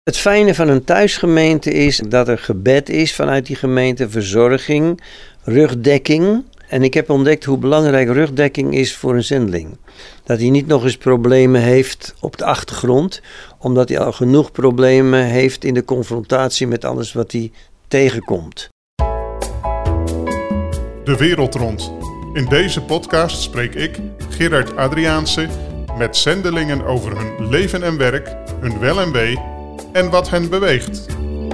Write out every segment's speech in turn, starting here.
Het fijne van een thuisgemeente is dat er gebed is vanuit die gemeente, verzorging, rugdekking. En ik heb ontdekt hoe belangrijk rugdekking is voor een zendeling. Dat hij niet nog eens problemen heeft op de achtergrond, omdat hij al genoeg problemen heeft in de confrontatie met alles wat hij tegenkomt. De wereld rond. In deze podcast spreek ik, Gerard Adriaanse, met zendelingen over hun leven en werk, hun wel en wee en wat hen beweegt.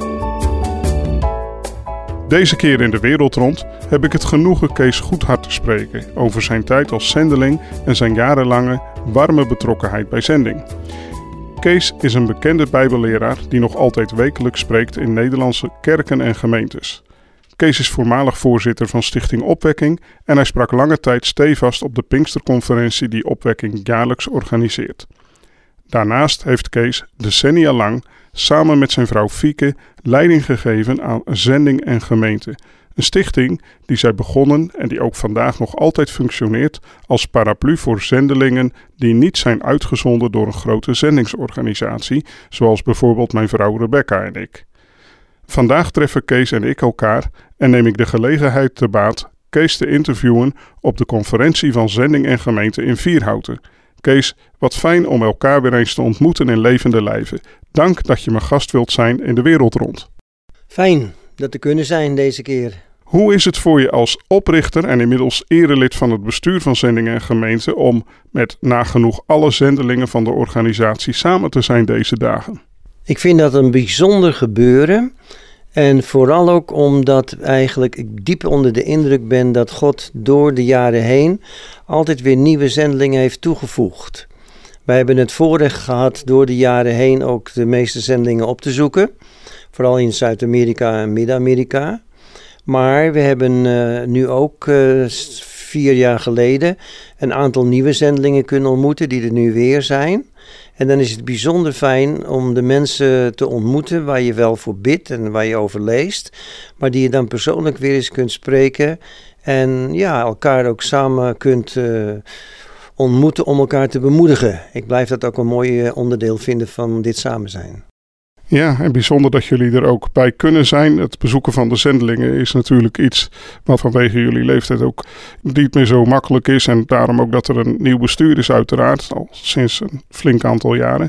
Deze keer in de wereld rond heb ik het genoegen Kees Goedhart te spreken over zijn tijd als zendeling en zijn jarenlange warme betrokkenheid bij zending. Kees is een bekende bijbelleraar die nog altijd wekelijks spreekt in Nederlandse kerken en gemeentes. Kees is voormalig voorzitter van Stichting Opwekking en hij sprak lange tijd stevast op de Pinksterconferentie die Opwekking jaarlijks organiseert. Daarnaast heeft Kees decennia lang samen met zijn vrouw Fieke leiding gegeven aan Zending en Gemeente. Een stichting die zij begonnen en die ook vandaag nog altijd functioneert als paraplu voor zendelingen die niet zijn uitgezonden door een grote zendingsorganisatie, zoals bijvoorbeeld mijn vrouw Rebecca en ik. Vandaag treffen Kees en ik elkaar en neem ik de gelegenheid te baat Kees te interviewen op de conferentie van Zending en Gemeente in Vierhouten. Kees, wat fijn om elkaar weer eens te ontmoeten in levende lijven. Dank dat je mijn gast wilt zijn in de wereld rond. Fijn dat te kunnen zijn deze keer. Hoe is het voor je als oprichter en inmiddels erelid van het bestuur van Zending en Gemeente om met nagenoeg alle zendelingen van de organisatie samen te zijn deze dagen? Ik vind dat een bijzonder gebeuren. En vooral ook omdat eigenlijk ik diep onder de indruk ben dat God door de jaren heen altijd weer nieuwe zendelingen heeft toegevoegd. Wij hebben het voorrecht gehad door de jaren heen ook de meeste zendelingen op te zoeken. Vooral in Zuid-Amerika en Midden-Amerika. Maar we hebben nu ook 4 jaar geleden een aantal nieuwe zendelingen kunnen ontmoeten die er nu weer zijn. En dan is het bijzonder fijn om de mensen te ontmoeten waar je wel voor bidt en waar je over leest. Maar die je dan persoonlijk weer eens kunt spreken. En ja, elkaar ook samen kunt ontmoeten om elkaar te bemoedigen. Ik blijf dat ook een mooi onderdeel vinden van dit samen zijn. Ja, en bijzonder dat jullie er ook bij kunnen zijn. Het bezoeken van de zendelingen is natuurlijk iets wat vanwege jullie leeftijd ook niet meer zo makkelijk is. En daarom ook dat er een nieuw bestuur is uiteraard, al sinds een flink aantal jaren.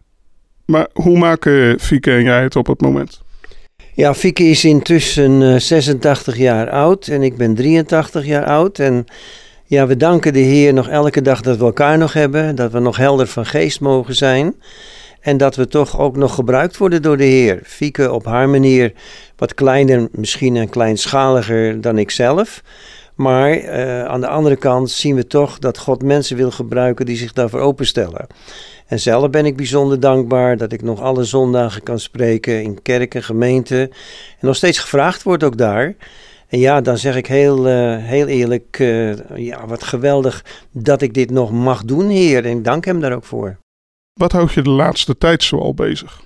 Maar hoe maken Fieke en jij het op het moment? Ja, Fieke is intussen 86 jaar oud en ik ben 83 jaar oud. En ja, we danken de Heer nog elke dag dat we elkaar nog hebben, dat we nog helder van geest mogen zijn. En dat we toch ook nog gebruikt worden door de Heer. Fieke op haar manier wat kleiner, misschien en kleinschaliger dan ik zelf. Maar aan de andere kant zien we toch dat God mensen wil gebruiken die zich daarvoor openstellen. En zelf ben ik bijzonder dankbaar dat ik nog alle zondagen kan spreken in kerken, gemeenten. En nog steeds gevraagd wordt ook daar. En ja, dan zeg ik heel eerlijk, wat geweldig dat ik dit nog mag doen, Heer. En ik dank hem daar ook voor. Wat houdt je de laatste tijd zoal bezig?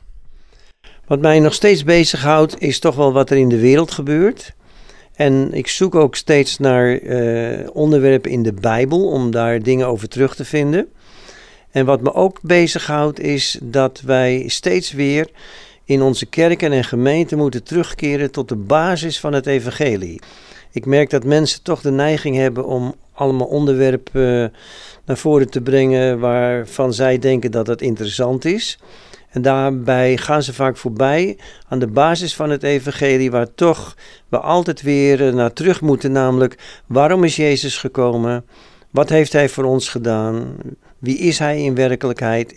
Wat mij nog steeds bezighoudt is toch wel wat er in de wereld gebeurt. En ik zoek ook steeds naar onderwerpen in de Bijbel om daar dingen over terug te vinden. En wat me ook bezighoudt is dat wij steeds weer in onze kerken en gemeenten moeten terugkeren tot de basis van het evangelie. Ik merk dat mensen toch de neiging hebben om allemaal onderwerpen naar voren te brengen waarvan zij denken dat het interessant is. En daarbij gaan ze vaak voorbij aan de basis van het evangelie waar toch we altijd weer naar terug moeten. Namelijk, waarom is Jezus gekomen? Wat heeft hij voor ons gedaan? Wie is hij in werkelijkheid?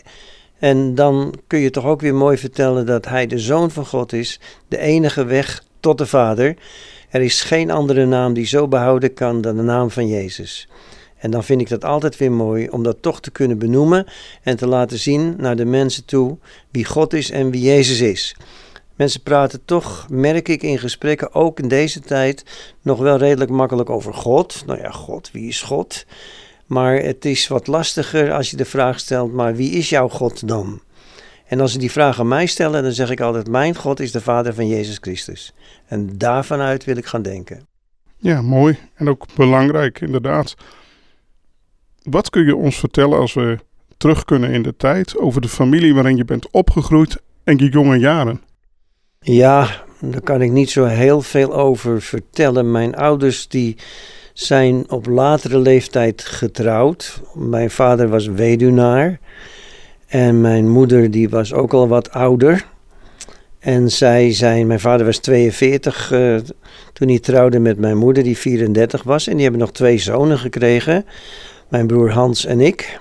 En dan kun je toch ook weer mooi vertellen dat hij de Zoon van God is, de enige weg tot de Vader. Er is geen andere naam die zo behouden kan dan de naam van Jezus. En dan vind ik dat altijd weer mooi om dat toch te kunnen benoemen en te laten zien naar de mensen toe wie God is en wie Jezus is. Mensen praten toch, merk ik in gesprekken, ook in deze tijd, nog wel redelijk makkelijk over God. Nou ja, God, wie is God? Maar het is wat lastiger als je de vraag stelt, maar wie is jouw God dan? En als ze die vraag aan mij stellen, dan zeg ik altijd, mijn God is de Vader van Jezus Christus. En daarvan uit wil ik gaan denken. Ja, mooi en ook belangrijk inderdaad. Wat kun je ons vertellen als we terug kunnen in de tijd over de familie waarin je bent opgegroeid en je jonge jaren? Ja, daar kan ik niet zo heel veel over vertellen. Mijn ouders die zijn op latere leeftijd getrouwd. Mijn vader was weduwnaar. En mijn moeder die was ook al wat ouder. En mijn vader was 42 toen hij trouwde met mijn moeder die 34 was. En die hebben nog 2 zonen gekregen. Mijn broer Hans en ik.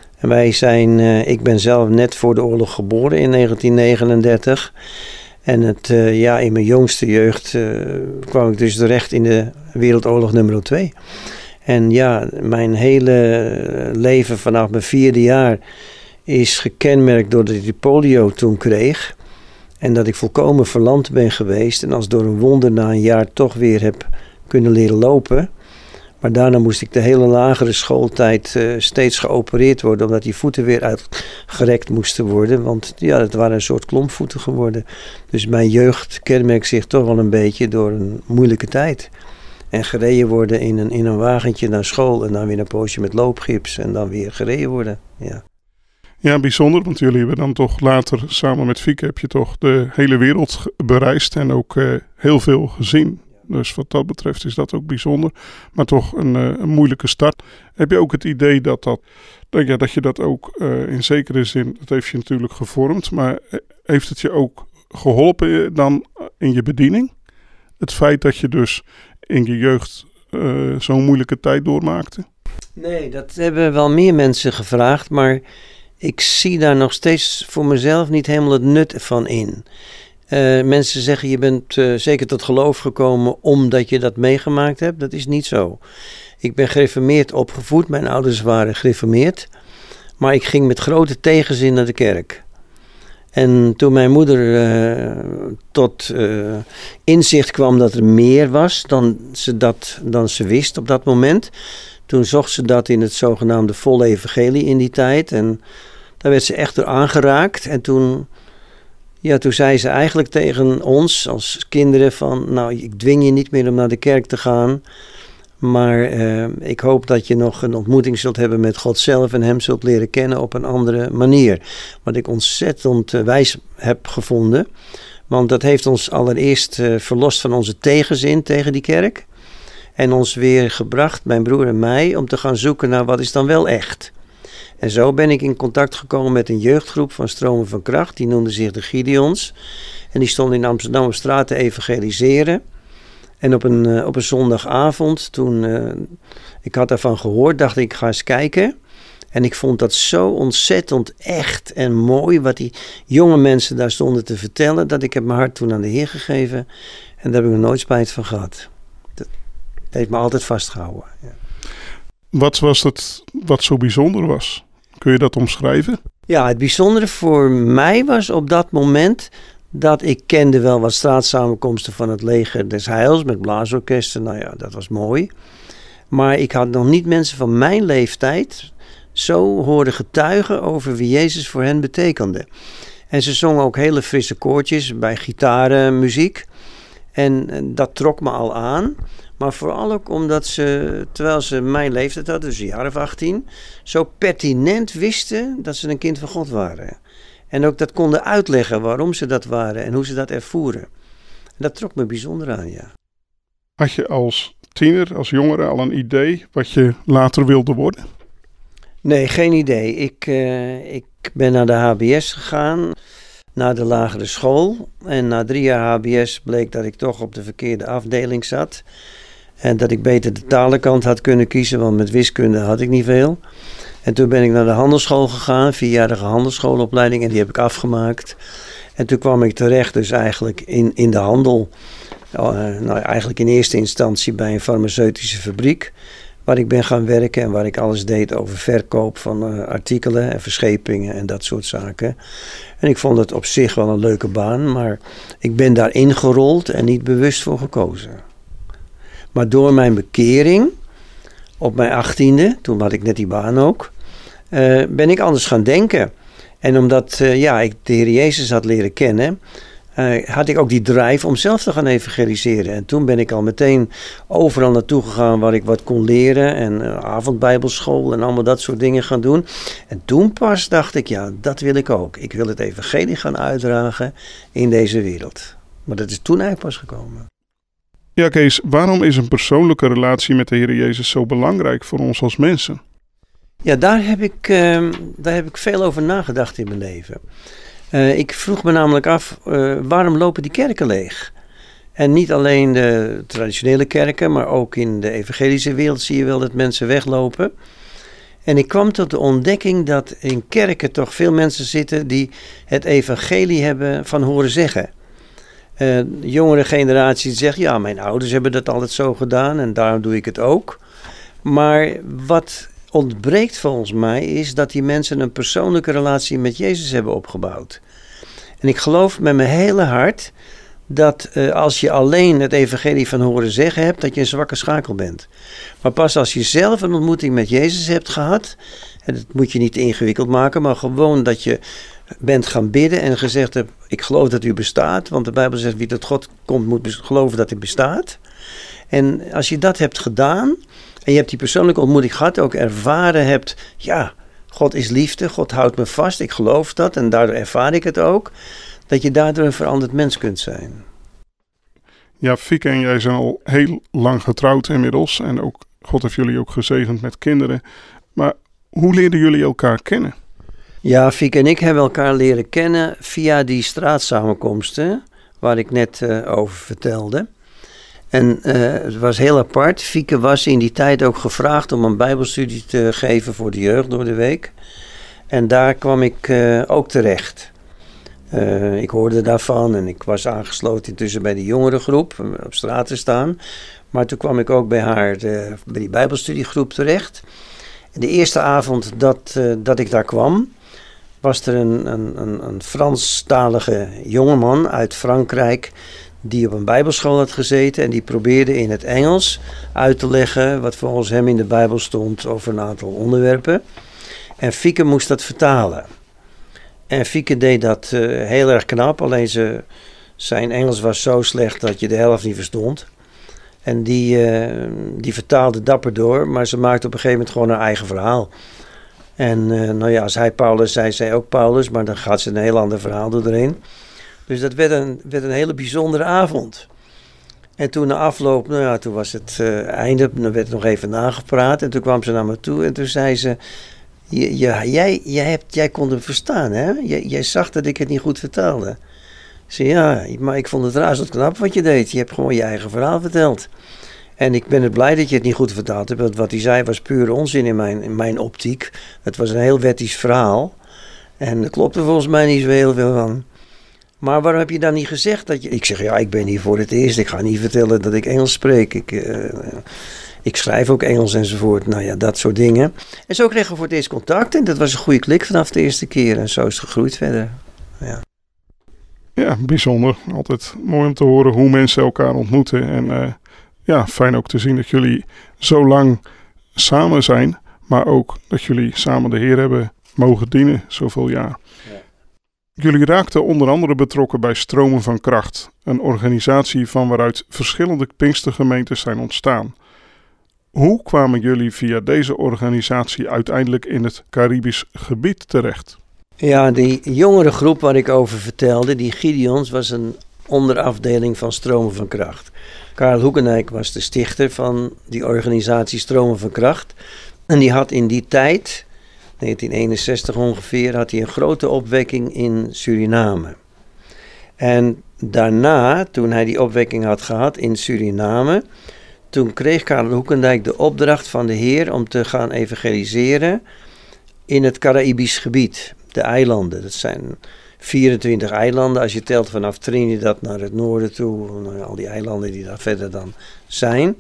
En ik ben zelf net voor de oorlog geboren in 1939. En in mijn jongste jeugd kwam ik dus terecht in de Wereldoorlog nummer 2. En ja, mijn hele leven vanaf mijn 4e jaar is gekenmerkt doordat ik polio toen kreeg. En dat ik volkomen verlamd ben geweest. En als door een wonder na een jaar toch weer heb kunnen leren lopen. Maar daarna moest ik de hele lagere schooltijd steeds geopereerd worden. Omdat die voeten weer uitgerekt moesten worden. Want ja, het waren een soort klompvoeten geworden. Dus mijn jeugd kenmerkt zich toch wel een beetje door een moeilijke tijd. En gereden worden in een wagentje naar school. En dan weer een poosje met loopgips. En dan weer gereden worden. Ja. Ja, bijzonder, want jullie hebben dan toch later samen met Fieke heb je toch de hele wereld bereisd en ook heel veel gezien. Dus wat dat betreft is dat ook bijzonder, maar toch een moeilijke start. Heb je ook het idee dat je dat ook in zekere zin, dat heeft je natuurlijk gevormd, maar heeft het je ook geholpen dan in je bediening? Het feit dat je dus in je jeugd zo'n moeilijke tijd doormaakte? Nee, dat hebben wel meer mensen gevraagd, maar ik zie daar nog steeds voor mezelf niet helemaal het nut van in. Mensen zeggen je bent zeker tot geloof gekomen omdat je dat meegemaakt hebt. Dat is niet zo. Ik ben gereformeerd opgevoed. Mijn ouders waren gereformeerd. Maar ik ging met grote tegenzin naar de kerk. En toen mijn moeder tot inzicht kwam dat er meer was dan ze wist op dat moment. Toen zocht ze dat in het zogenaamde volle evangelie in die tijd. En daar werd ze echt door aangeraakt. En toen zei ze eigenlijk tegen ons als kinderen van, nou, ik dwing je niet meer om naar de kerk te gaan. Maar ik hoop dat je nog een ontmoeting zult hebben met God zelf en hem zult leren kennen op een andere manier. Wat ik ontzettend wijs heb gevonden. Want dat heeft ons allereerst verlost van onze tegenzin tegen die kerk. En ons weer gebracht, mijn broer en mij, om te gaan zoeken naar wat is dan wel echt. En zo ben ik in contact gekomen met een jeugdgroep van Stromen van Kracht. Die noemde zich de Gideons. En die stonden in Amsterdam op straat te evangeliseren. En op een zondagavond, toen ik had daarvan gehoord, dacht ik ga eens kijken. En ik vond dat zo ontzettend echt en mooi wat die jonge mensen daar stonden te vertellen. Dat ik heb mijn hart toen aan de Heer gegeven. En daar heb ik nog nooit spijt van gehad. Dat heeft me altijd vastgehouden. Ja. Wat was het wat zo bijzonder was? Kun je dat omschrijven? Ja, het bijzondere voor mij was op dat moment dat ik kende wel wat straatsamenkomsten van het leger des Heils met blaasorkesten. Nou ja, dat was mooi. Maar ik had nog niet mensen van mijn leeftijd zo horen getuigen over wie Jezus voor hen betekende. En ze zongen ook hele frisse koortjes bij gitarenmuziek. En dat trok me al aan. Maar vooral ook omdat ze, terwijl ze mijn leeftijd hadden, dus een jaar of 18, zo pertinent wisten dat ze een kind van God waren. En ook dat konden uitleggen waarom ze dat waren en hoe ze dat ervoeren. En dat trok me bijzonder aan, ja. Had je als tiener, als jongere al een idee wat je later wilde worden? Nee, geen idee. Ik ben naar de HBS gegaan, naar de lagere school. En na 3 jaar HBS bleek dat ik toch op de verkeerde afdeling zat. En dat ik beter de talenkant had kunnen kiezen, want met wiskunde had ik niet veel. En toen ben ik naar de handelsschool gegaan, 4-jarige handelsschoolopleiding, en die heb ik afgemaakt. En toen kwam ik terecht dus eigenlijk in de handel. Eigenlijk in eerste instantie bij een farmaceutische fabriek, waar ik ben gaan werken en waar ik alles deed over verkoop van artikelen en verschepingen en dat soort zaken. En ik vond het op zich wel een leuke baan, maar ik ben daar ingerold en niet bewust voor gekozen. Maar door mijn bekering, op mijn 18e, toen had ik net die baan ook, ben ik anders gaan denken. En omdat ik de Heer Jezus had leren kennen, had ik ook die drive om zelf te gaan evangeliseren. En toen ben ik al meteen overal naartoe gegaan waar ik wat kon leren. En avondbijbelschool en allemaal dat soort dingen gaan doen. En toen pas dacht ik, ja, dat wil ik ook. Ik wil het evangelie gaan uitdragen in deze wereld. Maar dat is toen eigenlijk pas gekomen. Ja, Kees, waarom is een persoonlijke relatie met de Heer Jezus zo belangrijk voor ons als mensen? Ja, daar heb ik veel over nagedacht in mijn leven. Ik vroeg me namelijk af, waarom lopen die kerken leeg? En niet alleen de traditionele kerken, maar ook in de evangelische wereld zie je wel dat mensen weglopen. En ik kwam tot de ontdekking dat in kerken toch veel mensen zitten die het evangelie hebben van horen zeggen. De jongere generatie zegt, ja, mijn ouders hebben dat altijd zo gedaan en daarom doe ik het ook. Maar wat ontbreekt volgens mij is dat die mensen een persoonlijke relatie met Jezus hebben opgebouwd. En ik geloof met mijn hele hart dat als je alleen het evangelie van horen zeggen hebt, dat je een zwakke schakel bent. Maar pas als je zelf een ontmoeting met Jezus hebt gehad, en dat moet je niet te ingewikkeld maken, maar gewoon dat je bent gaan bidden en gezegd hebt, ik geloof dat u bestaat, want de Bijbel zegt wie tot God komt moet geloven dat hij bestaat. En als je dat hebt gedaan en je hebt die persoonlijke ontmoeting gehad, ook ervaren hebt, ja, God is liefde, God houdt me vast, ik geloof dat en daardoor ervaar ik het ook, dat je daardoor een veranderd mens kunt zijn. Ja, Fieke en jij zijn al heel lang getrouwd inmiddels en ook God heeft jullie ook gezegend met kinderen. Maar hoe leerden jullie elkaar kennen? Ja, Fieke en ik hebben elkaar leren kennen via die straatsamenkomsten waar ik net over vertelde. En het was heel apart. Fieke was in die tijd ook gevraagd om een bijbelstudie te geven voor de jeugd door de week. En daar kwam ik ook terecht. Ik hoorde daarvan en ik was aangesloten intussen bij de jongerengroep, op straat te staan. Maar toen kwam ik ook bij haar, bij die bijbelstudiegroep terecht. En de eerste avond dat ik daar kwam, was er een Franstalige jongeman uit Frankrijk die op een bijbelschool had gezeten en die probeerde in het Engels uit te leggen wat volgens hem in de Bijbel stond over een aantal onderwerpen. En Fieke moest dat vertalen. En Fieke deed dat heel erg knap, alleen zijn Engels was zo slecht dat je de helft niet verstond. En die vertaalde dapper door, maar ze maakte op een gegeven moment gewoon haar eigen verhaal. En nou ja, als hij Paulus zei, zij ook Paulus, maar dan gaat ze een heel ander verhaal doorheen. Dus dat werd een hele bijzondere avond. En toen na afloop, nou ja, toen was het einde, dan werd nog even nagepraat. En toen kwam ze naar me toe en toen zei ze, jij kon hem verstaan, hè? Jij zag dat ik het niet goed vertaalde. Ik zei, ja, maar ik vond het razend knap wat je deed. Je hebt gewoon je eigen verhaal verteld. En ik ben het blij dat je het niet goed vertaald hebt. Want wat hij zei was pure onzin in mijn optiek. Het was een heel wettisch verhaal. En er klopte volgens mij niet zo heel veel van. Maar waarom heb je dan niet gezegd dat je... Ik zeg, ja, ik ben hier voor het eerst. Ik ga niet vertellen dat ik Engels spreek. Ik schrijf ook Engels enzovoort. Nou ja, dat soort dingen. En zo kregen we voor het eerst contact. En dat was een goede klik vanaf de eerste keer. En zo is het gegroeid verder. Ja. Ja, bijzonder. Altijd mooi om te horen hoe mensen elkaar ontmoeten. En ja, fijn ook te zien dat jullie zo lang samen zijn. Maar ook dat jullie samen de Heer hebben mogen dienen zoveel jaar. Ja. Jullie raakten onder andere betrokken bij Stromen van Kracht. Een organisatie van waaruit verschillende Pinkstergemeentes zijn ontstaan. Hoe kwamen jullie via deze organisatie uiteindelijk in het Caribisch gebied terecht? Ja, die jongere groep waar ik over vertelde, die Gideons, was een onderafdeling van Stromen van Kracht. Karel Hoekenijk was de stichter van die organisatie Stromen van Kracht. En die had in die tijd, 1961 ongeveer, had hij een grote opwekking in Suriname. En daarna, toen hij die opwekking had gehad in Suriname, toen kreeg Karel Hoekendijk de opdracht van de Heer om te gaan evangeliseren in het Caribisch gebied, de eilanden. Dat zijn 24 eilanden als je telt vanaf Trinidad naar het noorden toe, al die eilanden die daar verder dan zijn.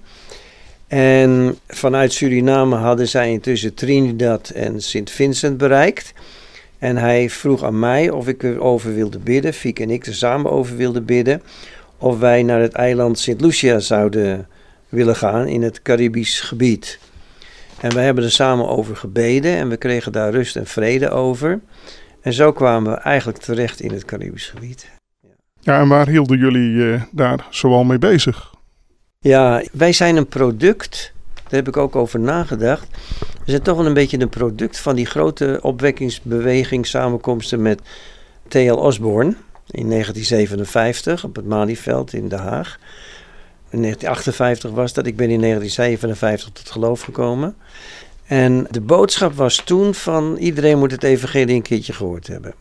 En vanuit Suriname hadden zij intussen Trinidad en Sint Vincent bereikt. En hij vroeg aan mij of ik erover wilde bidden, Fieke en ik er samen over wilden bidden, of wij naar het eiland Sint Lucia zouden willen gaan in het Caribisch gebied. En wij hebben er samen over gebeden en we kregen daar rust en vrede over. En zo kwamen we eigenlijk terecht in het Caribisch gebied. Ja, en waar hielden jullie daar zoal mee bezig? Ja, wij zijn een product, daar heb ik ook over nagedacht. We zijn toch wel een beetje een product van die grote opwekkingsbeweging samenkomsten met T.L. Osborne in 1957 op het Malieveld in Den Haag. In 1958 was dat, ik ben in 1957 tot geloof gekomen. En de boodschap was toen van iedereen moet het evangelie een keertje gehoord hebben.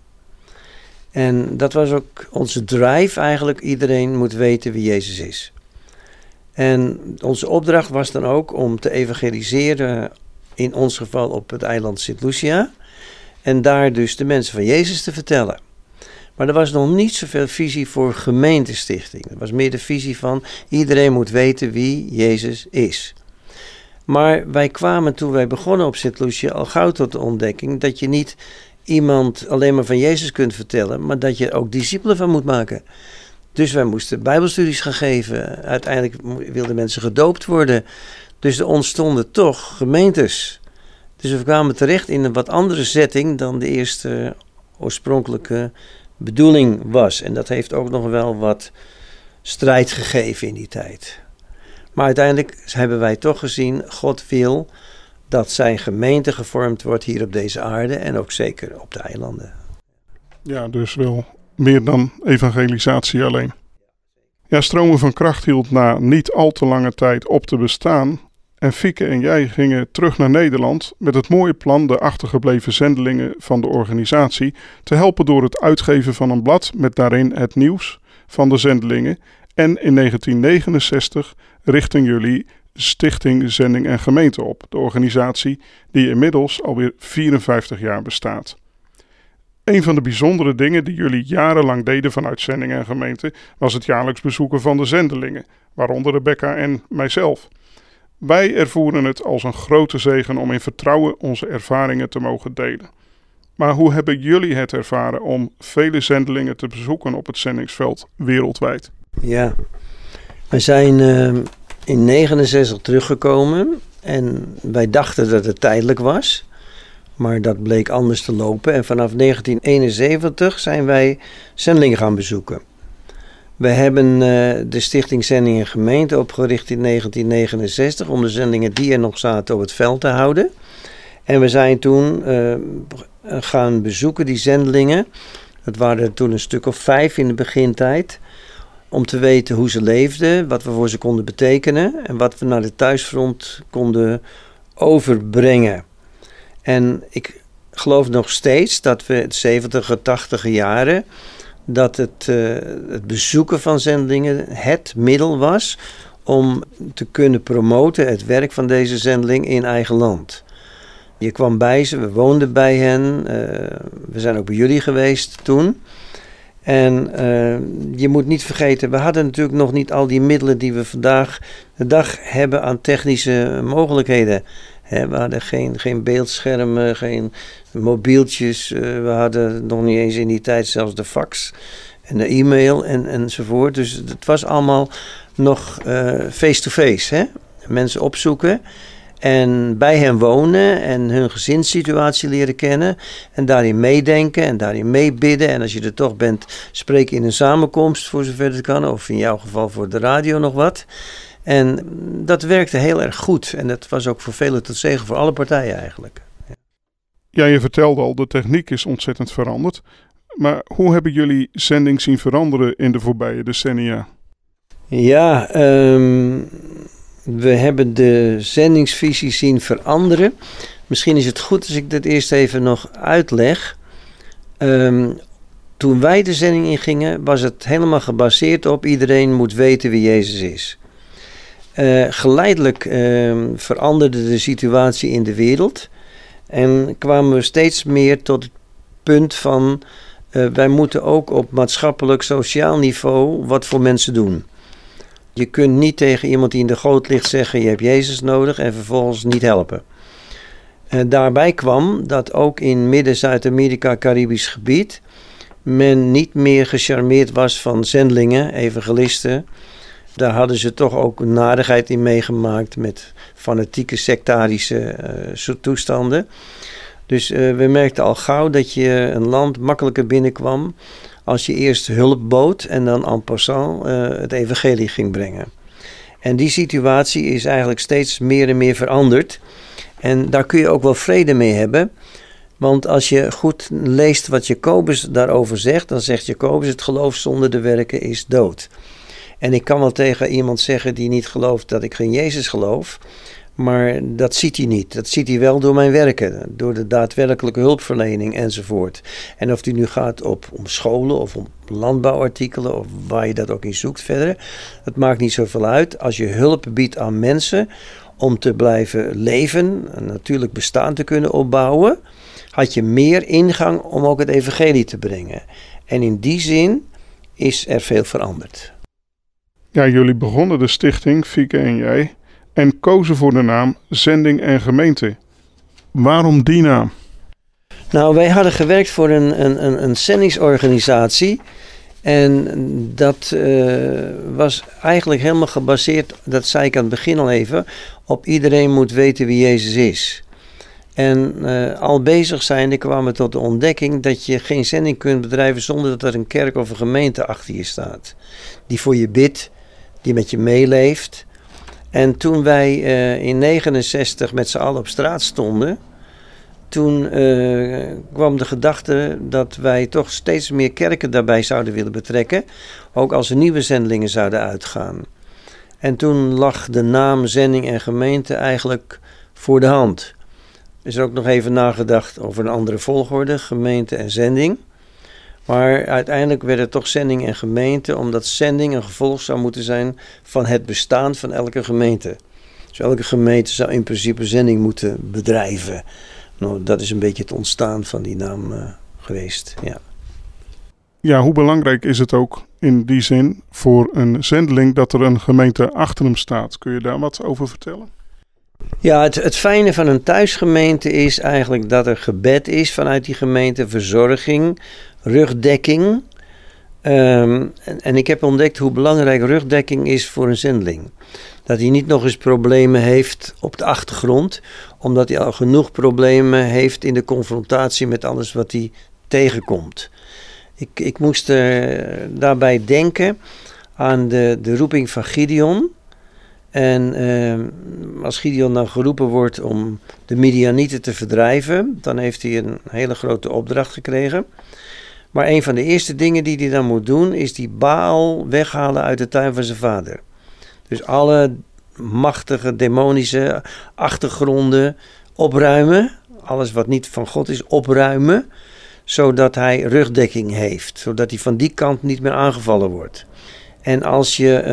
En dat was ook onze drive eigenlijk, iedereen moet weten wie Jezus is. En onze opdracht was dan ook om te evangeliseren, in ons geval op het eiland Sint Lucia. En daar dus de mensen van Jezus te vertellen. Maar er was nog niet zoveel visie voor gemeentestichting. Er was meer de visie van iedereen moet weten wie Jezus is. Maar wij kwamen toen wij begonnen op Sint Lucia al gauw tot de ontdekking dat je niet iemand alleen maar van Jezus kunt vertellen, maar dat je er ook discipelen van moet maken. Dus wij moesten bijbelstudies gaan geven. Uiteindelijk wilden mensen gedoopt worden. Dus er ontstonden toch gemeentes. Dus we kwamen terecht in een wat andere setting dan de eerste oorspronkelijke bedoeling was. En dat heeft ook nog wel wat strijd gegeven in die tijd. Maar uiteindelijk hebben wij toch gezien, God wil dat zijn gemeente gevormd wordt hier op deze aarde en ook zeker op de eilanden. Ja, dus wel meer dan evangelisatie alleen. Ja, Stromen van Kracht hield na niet al te lange tijd op te bestaan. En Fieke en jij gingen terug naar Nederland met het mooie plan de achtergebleven zendelingen van de organisatie te helpen door het uitgeven van een blad met daarin het nieuws van de zendelingen. En in 1969 richtten jullie Stichting Zending en Gemeente op, de organisatie die inmiddels alweer 54 jaar bestaat. Een van de bijzondere dingen die jullie jarenlang deden vanuit Zending en Gemeente was het jaarlijks bezoeken van de zendelingen, waaronder Rebecca en mijzelf. Wij ervoeren het als een grote zegen om in vertrouwen onze ervaringen te mogen delen. Maar hoe hebben jullie het ervaren om vele zendelingen te bezoeken op het zendingsveld wereldwijd? Ja, we zijn in 1969 teruggekomen en wij dachten dat het tijdelijk was. Maar dat bleek anders te lopen en vanaf 1971 zijn wij zendelingen gaan bezoeken. We hebben de Stichting Zending en Gemeente opgericht in 1969 om de zendingen die er nog zaten op het veld te houden. En we zijn toen gaan bezoeken, die zendelingen. Dat waren toen een stuk of 5 in de begintijd. Om te weten hoe ze leefden, wat we voor ze konden betekenen en wat we naar de thuisfront konden overbrengen. En ik geloof nog steeds dat we het 70e, 80e jaren, dat het bezoeken van zendelingen het middel was om te kunnen promoten het werk van deze zendeling in eigen land. Je kwam bij ze, we woonden bij hen, we zijn ook bij jullie geweest toen. En je moet niet vergeten, we hadden natuurlijk nog niet al die middelen die we vandaag de dag hebben aan technische mogelijkheden. We hadden geen beeldschermen, geen mobieltjes. We hadden nog niet eens in die tijd zelfs de fax en de e-mail enzovoort. Dus het was allemaal nog face-to-face. Mensen opzoeken en bij hen wonen en hun gezinssituatie leren kennen. En daarin meedenken en daarin meebidden. En als je er toch bent, spreken in een samenkomst voor zover het kan. Of in jouw geval voor de radio nog wat. En dat werkte heel erg goed. En dat was ook voor velen tot zegen voor alle partijen eigenlijk. Ja, je vertelde al, de techniek is ontzettend veranderd. Maar hoe hebben jullie zending zien veranderen in de voorbije decennia? Ja, we hebben de zendingsvisie zien veranderen. Misschien is het goed als ik dit eerst even nog uitleg. Toen wij de zending ingingen, was het helemaal gebaseerd op iedereen moet weten wie Jezus is. Geleidelijk veranderde de situatie in de wereld en kwamen we steeds meer tot het punt van wij moeten ook op maatschappelijk sociaal niveau wat voor mensen doen. Je kunt niet tegen iemand die in de goot ligt zeggen je hebt Jezus nodig en vervolgens niet helpen. Daarbij kwam dat ook in Midden-Zuid-Amerika, Caribisch gebied, men niet meer gecharmeerd was van zendelingen, evangelisten. Daar hadden ze toch ook een narigheid in meegemaakt met fanatieke sectarische toestanden. Dus we merkten al gauw dat je een land makkelijker binnenkwam als je eerst hulp bood en dan en passant het evangelie ging brengen. En die situatie is eigenlijk steeds meer en meer veranderd. En daar kun je ook wel vrede mee hebben. Want als je goed leest wat Jacobus daarover zegt, dan zegt Jacobus: het geloof zonder de werken is dood. En ik kan wel tegen iemand zeggen die niet gelooft dat ik geen Jezus geloof. Maar dat ziet hij niet. Dat ziet hij wel door mijn werken. Door de daadwerkelijke hulpverlening enzovoort. En of die nu gaat om scholen of om landbouwartikelen of waar je dat ook in zoekt verder. Het maakt niet zoveel uit. Als je hulp biedt aan mensen om te blijven leven, een natuurlijk bestaan te kunnen opbouwen, had je meer ingang om ook het evangelie te brengen. En in die zin is er veel veranderd. Ja, jullie begonnen de stichting, Fieke en jij, en kozen voor de naam Zending en Gemeente. Waarom die naam? Nou, wij hadden gewerkt voor een zendingsorganisatie. En dat was eigenlijk helemaal gebaseerd, dat zei ik aan het begin al even, op iedereen moet weten wie Jezus is. En al bezig zijnde kwamen we tot de ontdekking dat je geen zending kunt bedrijven zonder dat er een kerk of een gemeente achter je staat. Die voor je bidt, die met je meeleeft. En toen wij in 1969 met z'n allen op straat stonden, toen kwam de gedachte dat wij toch steeds meer kerken daarbij zouden willen betrekken, ook als er nieuwe zendelingen zouden uitgaan. En toen lag de naam Zending en Gemeente eigenlijk voor de hand. Er is ook nog even nagedacht over een andere volgorde, gemeente en zending. Maar uiteindelijk werd het toch zending en gemeente, omdat zending een gevolg zou moeten zijn van het bestaan van elke gemeente. Dus elke gemeente zou in principe zending moeten bedrijven. Nou, dat is een beetje het ontstaan van die naam geweest, ja. Ja, hoe belangrijk is het ook in die zin voor een zendeling dat er een gemeente achter hem staat? Kun je daar wat over vertellen? Ja, het fijne van een thuisgemeente is eigenlijk dat er gebed is vanuit die gemeente, verzorging, rugdekking. En ik heb ontdekt hoe belangrijk rugdekking is voor een zendeling. Dat hij niet nog eens problemen heeft op de achtergrond, omdat hij al genoeg problemen heeft in de confrontatie met alles wat hij tegenkomt. Ik moest daarbij denken aan de roeping van Gideon. En als Gideon dan geroepen wordt om de Midianieten te verdrijven, dan heeft hij een hele grote opdracht gekregen. Maar een van de eerste dingen die hij dan moet doen, is die Baal weghalen uit de tuin van zijn vader. Dus alle machtige, demonische achtergronden opruimen. Alles wat niet van God is, opruimen. Zodat hij rugdekking heeft. Zodat hij van die kant niet meer aangevallen wordt. En als je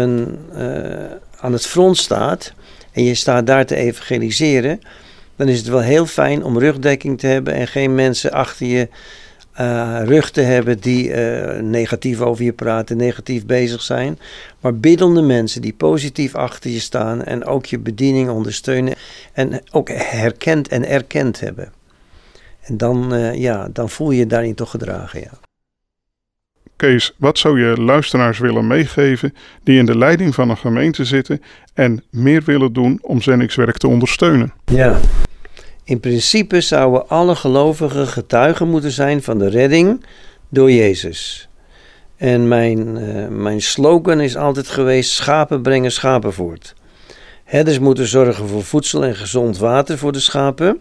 aan het front staat en je staat daar te evangeliseren, dan is het wel heel fijn om rugdekking te hebben en geen mensen achter je rug te hebben die negatief over je praten, negatief bezig zijn. Maar biddende mensen die positief achter je staan en ook je bediening ondersteunen en ook herkend en erkend hebben. En dan voel je je daarin toch gedragen, ja. Kees, wat zou je luisteraars willen meegeven die in de leiding van een gemeente zitten en meer willen doen om zendingswerk te ondersteunen? Ja, in principe zouden alle gelovigen getuigen moeten zijn van de redding door Jezus. En mijn slogan is altijd geweest: schapen brengen schapen voort. Herders moeten zorgen voor voedsel en gezond water voor de schapen.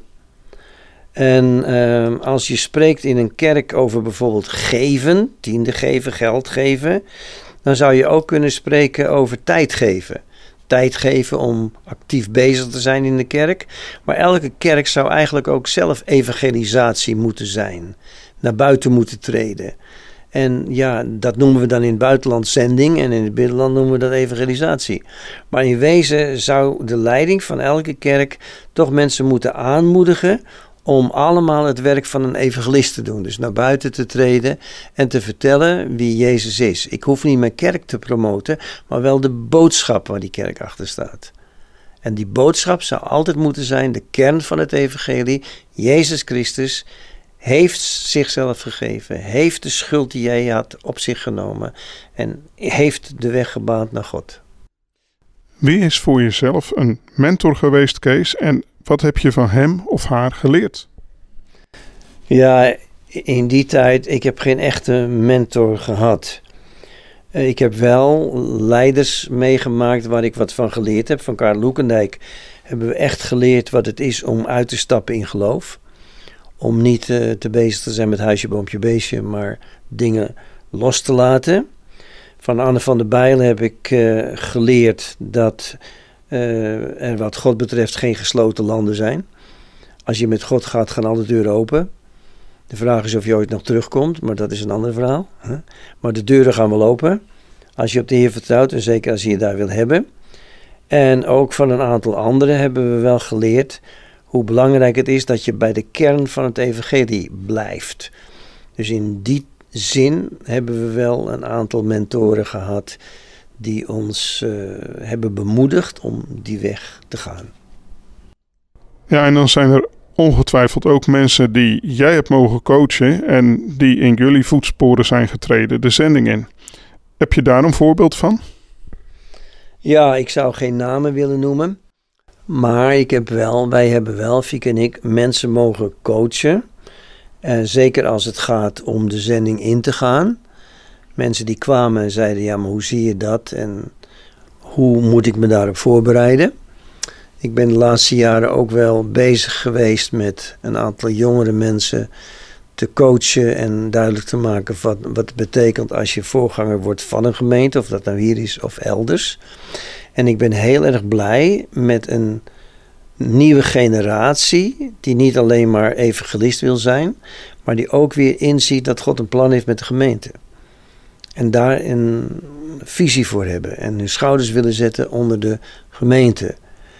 En als je spreekt in een kerk over bijvoorbeeld geven, tiende geven, geld geven, dan zou je ook kunnen spreken over tijd geven. Tijd geven om actief bezig te zijn in de kerk. Maar elke kerk zou eigenlijk ook zelf evangelisatie moeten zijn. Naar buiten moeten treden. En ja, dat noemen we dan in het buitenland zending en in het binnenland noemen we dat evangelisatie. Maar in wezen zou de leiding van elke kerk toch mensen moeten aanmoedigen om allemaal het werk van een evangelist te doen. Dus naar buiten te treden en te vertellen wie Jezus is. Ik hoef niet mijn kerk te promoten, maar wel de boodschap waar die kerk achter staat. En die boodschap zou altijd moeten zijn de kern van het evangelie. Jezus Christus heeft zichzelf gegeven, heeft de schuld die jij had op zich genomen en heeft de weg gebaand naar God. Wie is voor jezelf een mentor geweest, Kees, en wat heb je van hem of haar geleerd? Ja, In die tijd, ik heb geen echte mentor gehad. Ik heb wel leiders meegemaakt waar ik wat van geleerd heb. Van Karl Loekendijk hebben we echt geleerd wat het is om uit te stappen in geloof. Om niet te bezig te zijn met huisje, boompje, beestje, maar dingen los te laten. Van Anne van der Bijlen heb ik geleerd dat er wat God betreft geen gesloten landen zijn. Als je met God gaat, gaan alle deuren open. De vraag is of je ooit nog terugkomt, maar dat is een ander verhaal. Maar de deuren gaan wel open. Als je op de Heer vertrouwt en zeker als je je daar wil hebben. En ook van een aantal anderen hebben we wel geleerd hoe belangrijk het is dat je bij de kern van het evangelie blijft. Dus in die zin hebben we wel een aantal mentoren gehad die ons hebben bemoedigd om die weg te gaan. Ja, en dan zijn er ongetwijfeld ook mensen die jij hebt mogen coachen en die in jullie voetsporen zijn getreden, de zending in. Heb je daar een voorbeeld van? Ja, ik zou geen namen willen noemen. Maar wij hebben wel, Fieke en ik, mensen mogen coachen. Zeker als het gaat om de zending in te gaan. Mensen die kwamen en zeiden, ja, maar hoe zie je dat? En hoe moet ik me daarop voorbereiden? Ik ben de laatste jaren ook wel bezig geweest met een aantal jongere mensen te coachen en duidelijk te maken wat het betekent als je voorganger wordt van een gemeente, of dat nou hier is of elders. En ik ben heel erg blij met een nieuwe generatie die niet alleen maar evangelist wil zijn, maar die ook weer inziet dat God een plan heeft met de gemeente. En daar een visie voor hebben en hun schouders willen zetten onder de gemeente.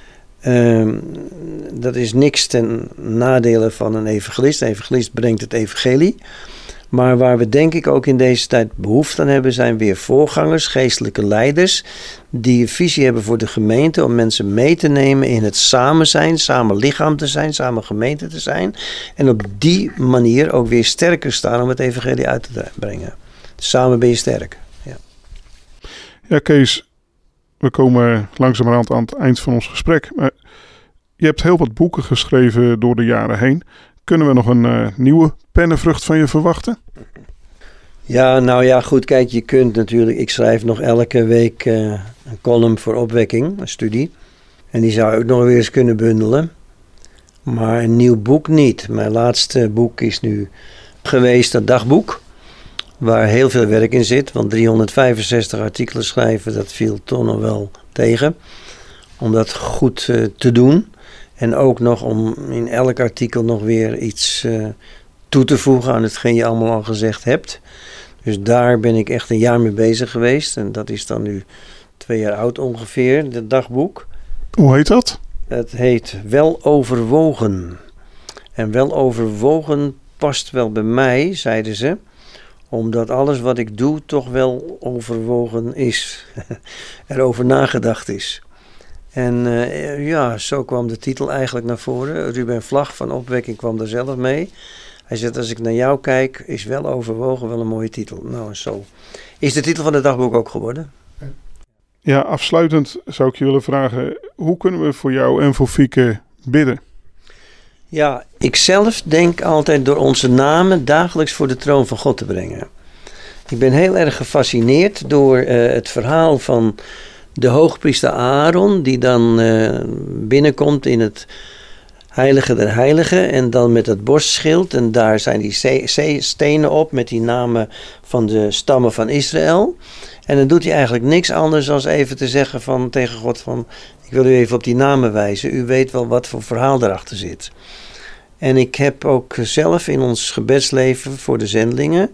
Dat is niks ten nadele van een evangelist. Een evangelist brengt het evangelie. Maar waar we denk ik ook in deze tijd behoefte aan hebben, zijn weer voorgangers, geestelijke leiders, die een visie hebben voor de gemeente om mensen mee te nemen in het samen zijn, samen lichaam te zijn, samen gemeente te zijn. En op die manier ook weer sterker staan om het evangelie uit te brengen. Samen ben je sterk. Ja, Kees, we komen langzamerhand aan het eind van ons gesprek. Maar je hebt heel wat boeken geschreven door de jaren heen. Kunnen we nog een nieuwe pennenvrucht van je verwachten? Ja, nou ja, goed. Kijk, je kunt natuurlijk... Ik schrijf nog elke week een column voor Opwekking, een studie. En die zou ik nog weer eens kunnen bundelen. Maar een nieuw boek niet. Mijn laatste boek is nu geweest, dat dagboek. Waar heel veel werk in zit. Want 365 artikelen schrijven, dat viel toch nog wel tegen. Om dat goed te doen. En ook nog om in elk artikel nog weer iets toe te voegen aan hetgeen je allemaal al gezegd hebt. Dus daar ben ik echt een jaar mee bezig geweest. En dat is dan nu 2 jaar oud ongeveer, het dagboek. Hoe heet dat? Het heet Wel Overwogen. En Wel Overwogen past wel bij mij, zeiden ze. Omdat alles wat ik doe toch wel overwogen is. Erover nagedacht is. En zo kwam de titel eigenlijk naar voren. Ruben Vlag van Opwekking kwam er zelf mee. Hij zegt, als ik naar jou kijk, is Wel Overwogen wel een mooie titel. Nou, zo is de titel van het dagboek ook geworden. Ja, afsluitend zou ik je willen vragen, hoe kunnen we voor jou en voor Fieke bidden? Ja, ik zelf denk altijd door onze namen dagelijks voor de troon van God te brengen. Ik ben heel erg gefascineerd door het verhaal van de hoogpriester Aaron, die dan binnenkomt in het heilige der heiligen en dan met het borstschild. En daar zijn die stenen op met die namen van de stammen van Israël. En dan doet hij eigenlijk niks anders dan even te zeggen tegen God van, ik wil u even op die namen wijzen. U weet wel wat voor verhaal erachter zit. En ik heb ook zelf in ons gebedsleven voor de zendelingen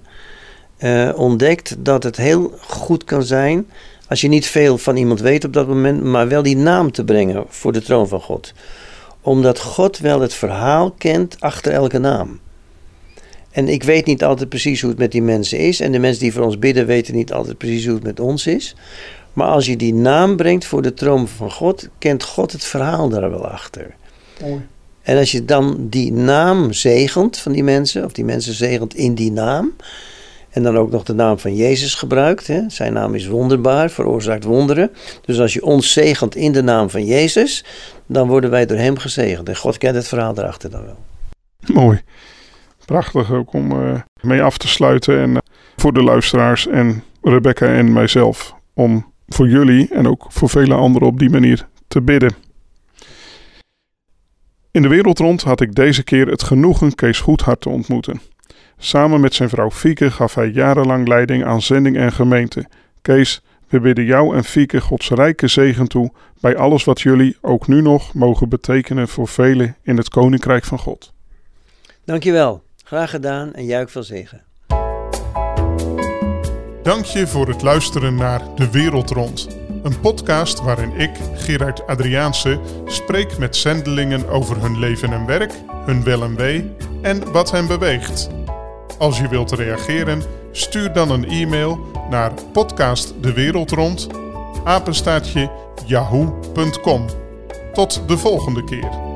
ontdekt dat het heel goed kan zijn als je niet veel van iemand weet op dat moment, maar wel die naam te brengen voor de troon van God. Omdat God wel het verhaal kent achter elke naam. En ik weet niet altijd precies hoe het met die mensen is. En de mensen die voor ons bidden weten niet altijd precies hoe het met ons is. Maar als je die naam brengt voor de troon van God, kent God het verhaal daar wel achter. Mooi. En als je dan die naam zegent van die mensen, of die mensen zegent in die naam, en dan ook nog de naam van Jezus gebruikt. Hè? Zijn naam is wonderbaar, veroorzaakt wonderen. Dus als je ons zegent in de naam van Jezus, dan worden wij door hem gezegend. En God kent het verhaal daarachter dan wel. Mooi. Prachtig ook om mee af te sluiten. En voor de luisteraars en Rebecca en mijzelf. Om voor jullie en ook voor vele anderen op die manier te bidden. In de wereld rond had ik deze keer het genoegen Kees Goedhart te ontmoeten. Samen met zijn vrouw Fieke gaf hij jarenlang leiding aan zending en gemeente. Kees, we bidden jou en Fieke Gods rijke zegen toe bij alles wat jullie ook nu nog mogen betekenen voor velen in het Koninkrijk van God. Dankjewel, graag gedaan en jij ook veel zegen. Dank je voor het luisteren naar De Wereld Rond. Een podcast waarin ik, Gerard Adriaanse, spreek met zendelingen over hun leven en werk, hun wel en wee en wat hen beweegt. Als je wilt reageren, stuur dan een e-mail naar podcastdewereldrond@yahoo.com. Tot de volgende keer.